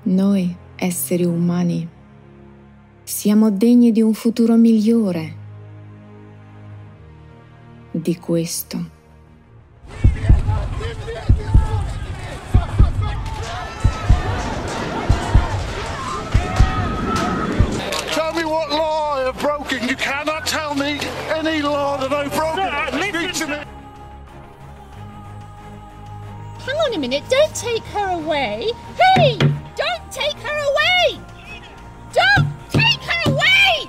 Noi, esseri umani, siamo degni di un futuro migliore di questo. Tell me what law I have broken. You cannot tell me any law that I've broken. Speak to me. Hang on a minute, don't take her away. Hey! Don't take her away! Don't take her away!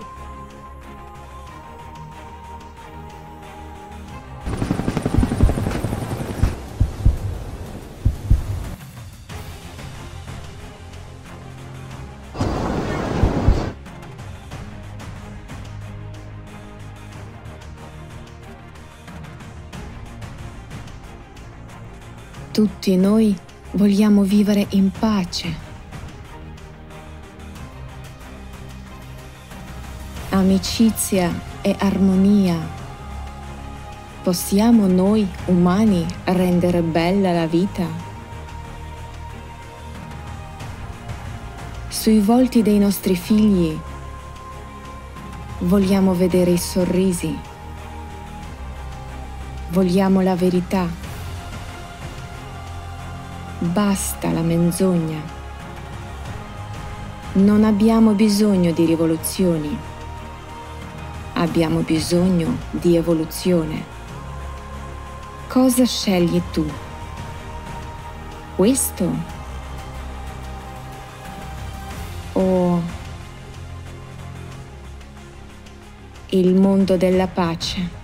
Tutti noi vogliamo vivere in pace. Amicizia e armonia. Possiamo noi umani rendere bella la vita? Sui volti dei nostri figli vogliamo vedere i sorrisi. Vogliamo la verità. Basta la menzogna. Non abbiamo bisogno di rivoluzioni. Abbiamo bisogno di evoluzione. Cosa scegli tu? Questo? O il mondo della pace?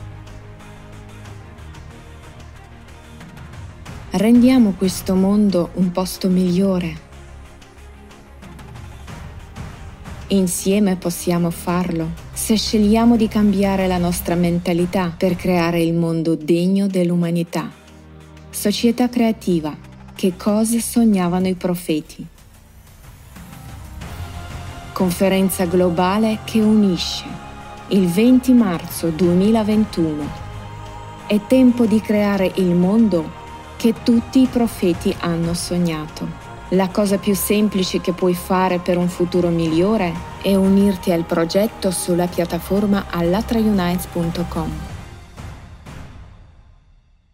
Rendiamo questo mondo un posto migliore. Insieme possiamo farlo se scegliamo di cambiare la nostra mentalità per creare il mondo degno dell'umanità. Società creativa. Che cosa sognavano i profeti? Conferenza globale che unisce. Il 20 marzo 2021. È tempo di creare il mondo che tutti i profeti hanno sognato. La cosa più semplice che puoi fare per un futuro migliore è unirti al progetto sulla piattaforma allatraunites.com.